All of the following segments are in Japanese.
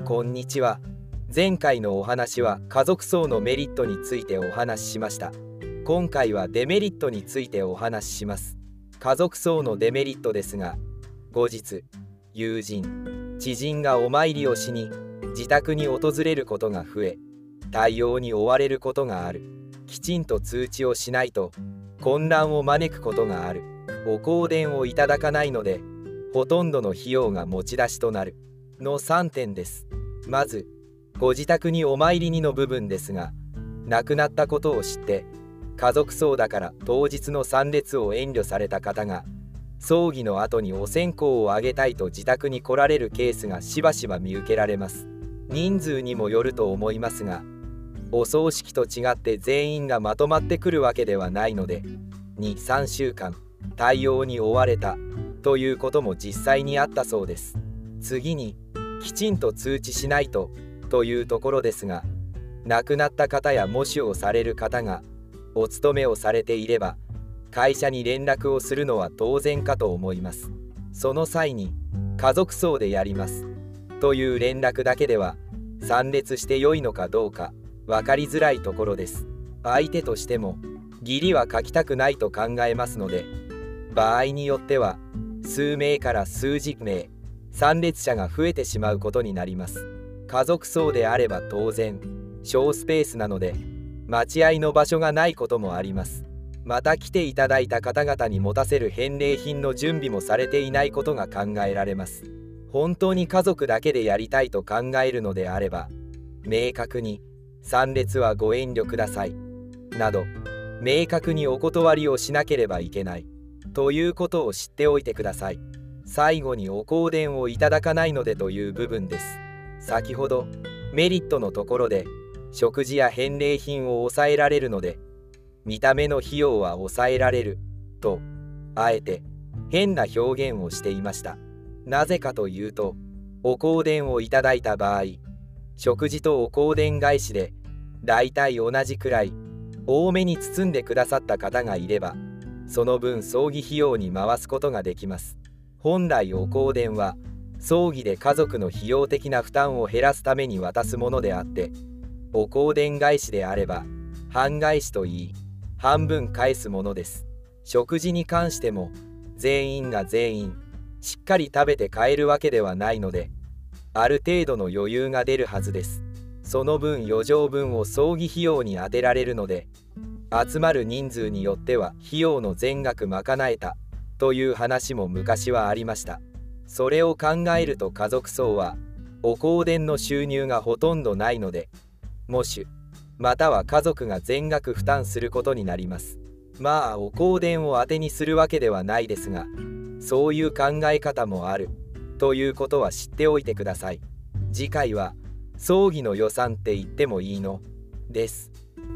こんにちは。前回のお話は家族葬のメリットについてお話ししました。今回はデメリットについてお話しします。家族葬のデメリットですが、後日友人知人がお参りをしに自宅に訪れることが増え、対応に追われることがある。きちんと通知をしないと混乱を招くことがある。お香典をいただかないのでほとんどの費用が持ち出しとなるの3点です。まずご自宅にお参りにの部分ですが、亡くなったことを知って家族葬だから当日の参列を遠慮された方が、葬儀の後にお線香をあげたいと自宅に来られるケースがしばしば見受けられます。人数にもよると思いますが、お葬式と違って全員がまとまってくるわけではないので、2、3週間対応に追われたということも実際にあったそうです。次にきちんと通知しないというところですが、亡くなった方や喪主をされる方がお勤めをされていれば会社に連絡をするのは当然かと思います。その際に家族葬でやりますという連絡だけでは参列して良いのかどうか分かりづらいところです。相手としても義理は書きたくないと考えますので、場合によっては数名から数十名参列者が増えてしまうことになります。家族葬であれば当然小スペースなので待合の場所がないこともあります。また来ていただいた方々に持たせる返礼品の準備もされていないことが考えられます。本当に家族だけでやりたいと考えるのであれば、明確に参列はご遠慮くださいなど明確にお断りをしなければいけないということを知っておいてください。最後にお香典をいただかないのでという部分です。先ほどメリットのところで食事や返礼品を抑えられるので見た目の費用は抑えられるとあえて変な表現をしていました。なぜかというと、お香典をいただいた場合、食事とお香典返しでだいたい同じくらい多めに包んでくださった方がいれば、その分葬儀費用に回すことができます。本来お香典は葬儀で家族の費用的な負担を減らすために渡すものであって、お香典返しであれば半返しといい半分返すものです。食事に関しても全員が全員しっかり食べて帰るわけではないので、ある程度の余裕が出るはずです。その分余剰分を葬儀費用に充てられるので、集まる人数によっては費用の全額賄えたという話も昔はありました。それを考えると家族葬はお香典の収入がほとんどないので、喪主または家族が全額負担することになります。まあお香典を当てにするわけではないですが、そういう考え方もあるということは知っておいてください。次回は葬儀の予算って言ってもいいのです。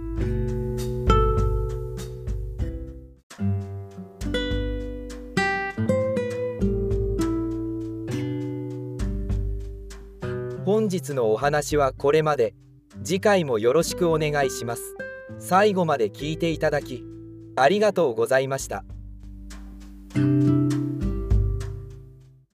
本日のお話はこれまで。次回もよろしくお願いします。最後まで聞いていただきありがとうございました。